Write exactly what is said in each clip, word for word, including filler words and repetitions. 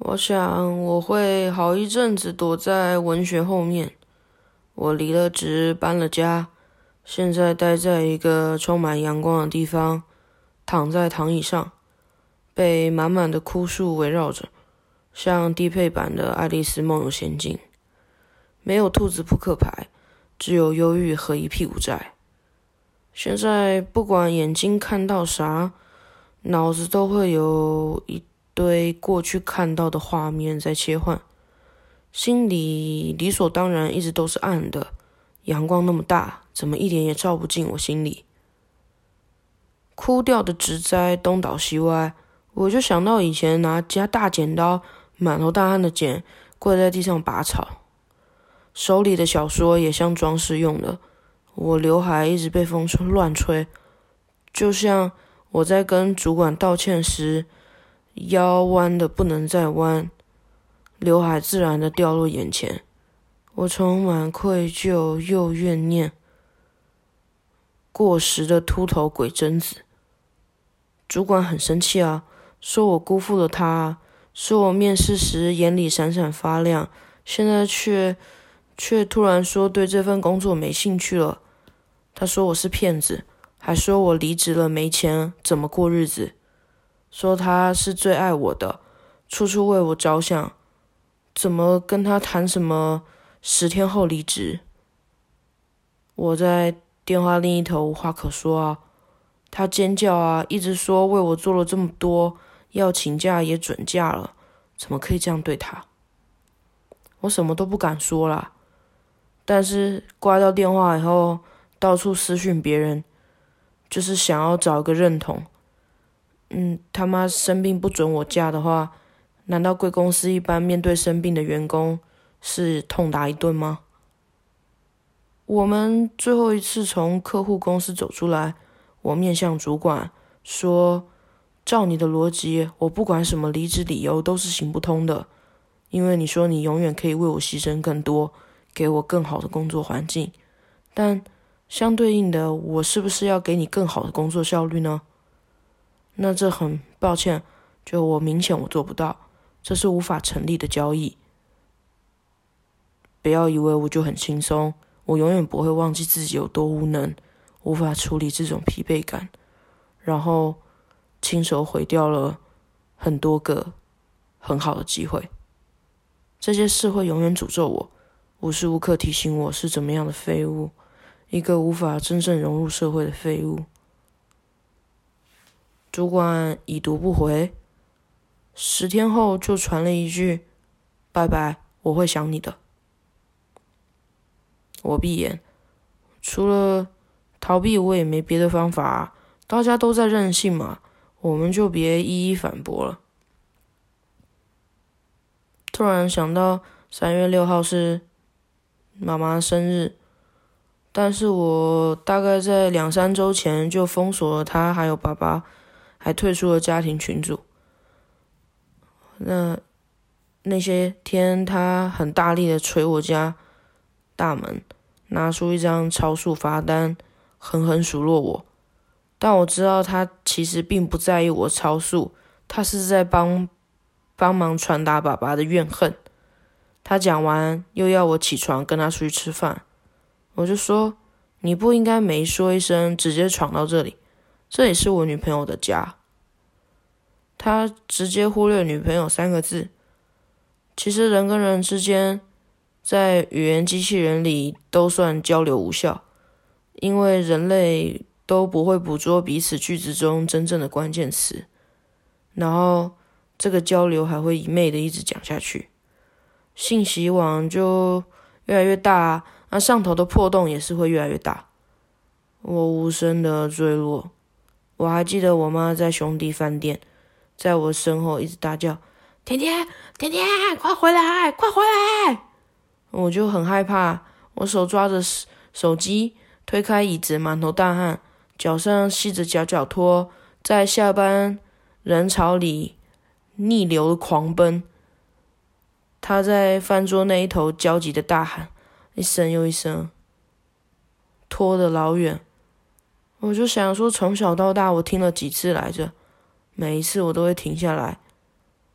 我想我会好一阵子躲在文学后面。我离了职，搬了家，现在待在一个充满阳光的地方，躺在躺椅上，被满满的枯树围绕着，像低配版的《爱丽丝梦游仙境》。没有兔子扑克牌，只有忧郁和一屁股债。现在不管眼睛看到啥，脑子都会有一堆过去看到的画面在切换，心里理所当然一直都是暗的，阳光那么大，怎么一点也照不进我心里。枯掉的植栽东倒西歪，我就想到以前拿加大剪刀满头大汗的剪，跪在地上拔草。手里的小说也像装饰用的，我刘海一直被风吹乱吹，就像我在跟主管道歉时，腰弯的不能再弯，刘海自然的掉落眼前。我充满愧疚又怨念，过时的秃头鬼贞子。主管很生气啊，说我辜负了他，说我面试时眼里闪闪发亮，现在却却突然说对这份工作没兴趣了。他说我是骗子，还说我离职了没钱怎么过日子，说他是最爱我的，处处为我着想，怎么跟他谈什么十天后离职。我在电话另一头无话可说啊，他尖叫啊，一直说为我做了这么多，要请假也准假了，怎么可以这样对他？我什么都不敢说啦，但是挂掉电话以后，到处私讯别人，就是想要找一个认同。嗯，他妈生病不准我假的话，难道贵公司一般面对生病的员工是痛打一顿吗？我们最后一次从客户公司走出来，我面向主管说，照你的逻辑，我不管什么离职理由都是行不通的，因为你说你永远可以为我牺牲更多，给我更好的工作环境，但相对应的，我是不是要给你更好的工作效率呢？那这很抱歉，就我明显我做不到，这是无法成立的交易。不要以为我就很轻松，我永远不会忘记自己有多无能，无法处理这种疲惫感，然后亲手毁掉了很多个很好的机会。这些事会永远诅咒我，无时无刻提醒我是怎么样的废物，一个无法真正融入社会的废物。主管已读不回，十天后就传了一句拜拜，我会想你的。我闭眼，除了逃避我也没别的方法啊，大家都在任性嘛，我们就别一一反驳了。突然想到三月六号是妈妈生日，但是我大概在两三周前就封锁了她还有爸爸，还退出了家庭群组。那那些天他很大力的捶我家大门，拿出一张超速罚单，狠狠数落我。但我知道他其实并不在意我超速，他是在帮帮忙传达爸爸的怨恨。他讲完又要我起床跟他出去吃饭，我就说你不应该没说一声直接闯到这里，这里是我女朋友的家。他直接忽略女朋友三个字。其实人跟人之间在语言机器人里都算交流无效，因为人类都不会捕捉彼此句子中真正的关键词，然后这个交流还会一昧的一直讲下去，信息网就越来越大，那上头的破洞也是会越来越大。我无声的坠落。我还记得我妈在兄弟饭店，在我身后一直大叫，甜甜甜甜，快回来快回来。我就很害怕，我手抓着手机，推开椅子，满头大汗，脚上系着夹脚拖，在下班人潮里逆流的狂奔。他在饭桌那一头焦急的大喊，一声又一声，拖得老远。我就想说，从小到大我听了几次来着，每一次我都会停下来，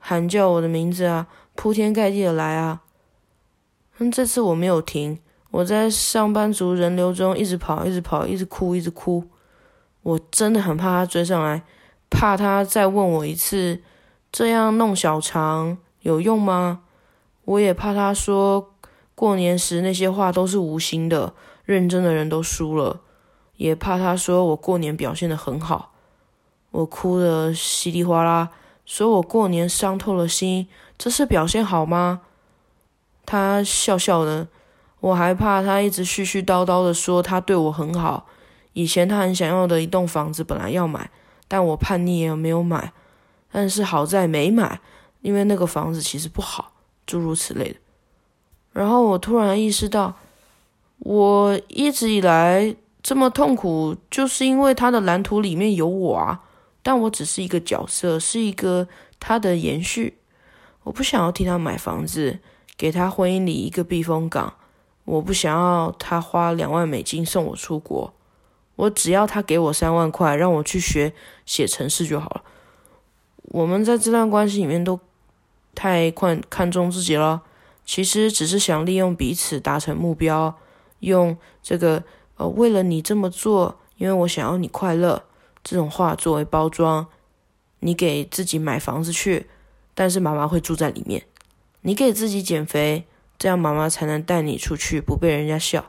喊叫我的名字啊，铺天盖地的来啊。但这次我没有停，我在上班族人流中一直跑，一直跑，一直哭，一直哭。我真的很怕他追上来，怕他再问我一次，这样弄小肠有用吗？我也怕他说过年时那些话都是无心的，认真的人都输了。也怕他说我过年表现得很好，我哭得稀里哗啦，说我过年伤透了心，这是表现好吗？他笑笑的，我还怕他一直絮絮叨叨的说他对我很好，以前他很想要的一栋房子本来要买，但我叛逆也没有买，但是好在没买，因为那个房子其实不好，诸如此类的。然后我突然意识到，我一直以来这么痛苦，就是因为他的蓝图里面有我啊，但我只是一个角色，是一个他的延续。我不想要替他买房子，给他婚姻里一个避风港，我不想要他花两万美金送我出国，我只要他给我三万块，让我去学写程式就好了。我们在这段关系里面都太看看重自己了，其实只是想利用彼此达成目标，用这个呃为了你这么做，因为我想要你快乐这种话作为包装。你给自己买房子去，但是妈妈会住在里面。你给自己减肥，这样妈妈才能带你出去，不被人家笑。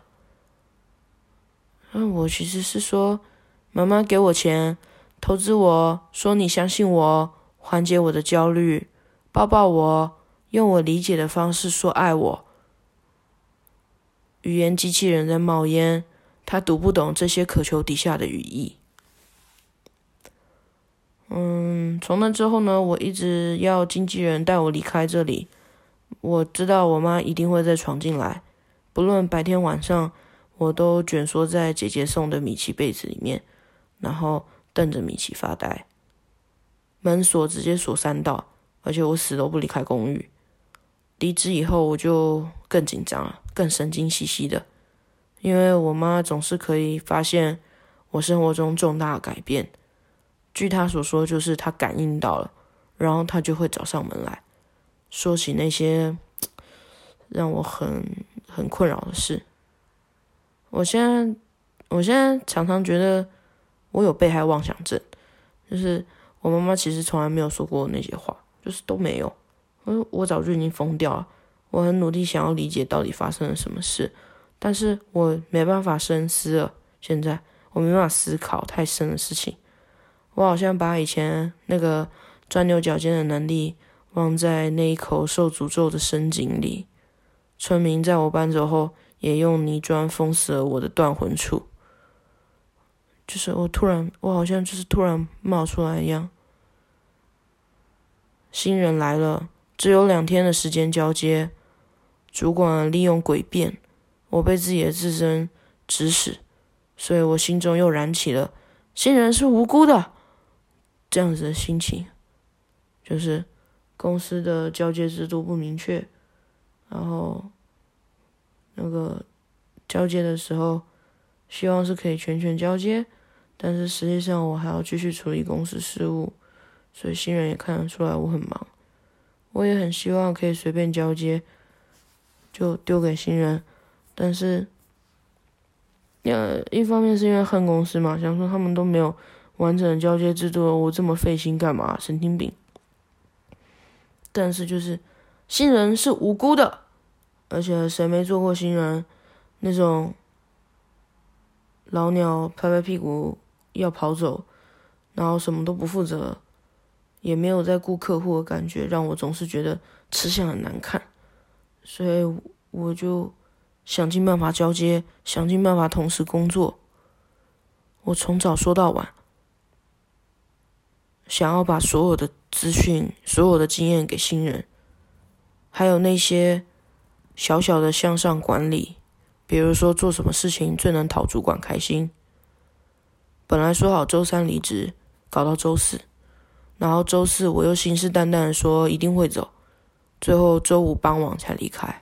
嗯，我其实是说，妈妈给我钱，投资我，说你相信我，缓解我的焦虑，抱抱我，用我理解的方式说爱我。语言机器人在冒烟，他读不懂这些渴求底下的语义。嗯，从那之后呢，我一直要经纪人带我离开这里。我知道我妈一定会再闯进来，不论白天晚上，我都蜷缩在姐姐送的米奇被子里面，然后瞪着米奇发呆。门锁直接锁三道，而且我死都不离开公寓。离职以后我就更紧张了，更神经兮兮的，因为我妈总是可以发现我生活中重大的改变。据她所说，就是她感应到了，然后她就会找上门来，说起那些让我很很困扰的事。我现在我现在常常觉得我有被害妄想症，就是我妈妈其实从来没有说过那些话，就是都没有。我我早就已经疯掉了，我很努力想要理解到底发生了什么事，但是我没办法深思了。现在我没办法思考太深的事情，我好像把以前那个钻牛角尖的能力忘在那一口受诅咒的深井里。村民在我搬走后也用泥砖封死了我的断魂处，就是我突然我好像就是突然冒出来一样。新人来了，只有两天的时间交接，主管利用诡辩，我被自己的自尊指使，所以我心中又燃起了新人是无辜的这样子的心情。就是公司的交接制度不明确，然后那个交接的时候希望是可以全权交接，但是实际上我还要继续处理公司事务，所以新人也看得出来我很忙。我也很希望可以随便交接就丢给新人，但是呃，一方面是因为恨公司嘛，想说他们都没有完整的交接制度，我这么费心干嘛？神经病。但是就是新人是无辜的，而且谁没做过新人？那种老鸟拍拍屁股要跑走，然后什么都不负责，也没有在顾客户的感觉，让我总是觉得吃相很难看。所以我就想尽办法交接，想尽办法同时工作。我从早说到晚，想要把所有的资讯、所有的经验给新人，还有那些小小的向上管理，比如说做什么事情最能讨主管开心。本来说好周三离职，搞到周四，然后周四我又信誓旦旦的说一定会走，最后周五傍晚才离开。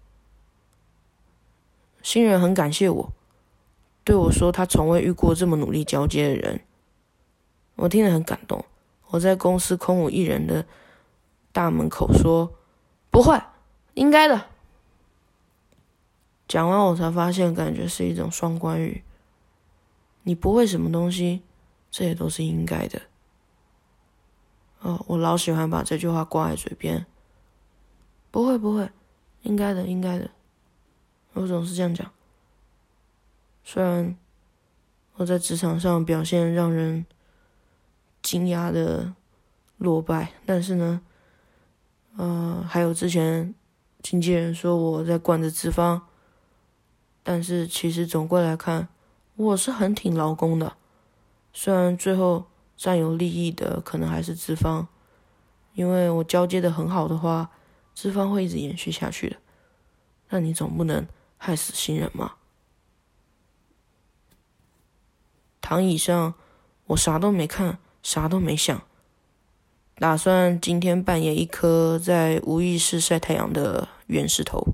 新人很感谢我，对我说他从未遇过这么努力交接的人，我听得很感动。我在公司空无一人的大门口说：“不会，应该的。”讲完我才发现，感觉是一种双关语。你不会什么东西，这也都是应该的。哦，我老喜欢把这句话挂在嘴边。不会不会，应该的应该的。我总是这样讲。虽然我在职场上表现让人惊讶的落败，但是呢，呃，还有之前经纪人说我在惯着资方，但是其实总归来看，我是很挺劳工的。虽然最后占有利益的可能还是资方，因为我交接的很好的话，资方会一直延续下去的。但你总不能害死新人嘛。躺椅上，我啥都没看，啥都没想，打算今天扮演一颗在无意识晒太阳的圆石头。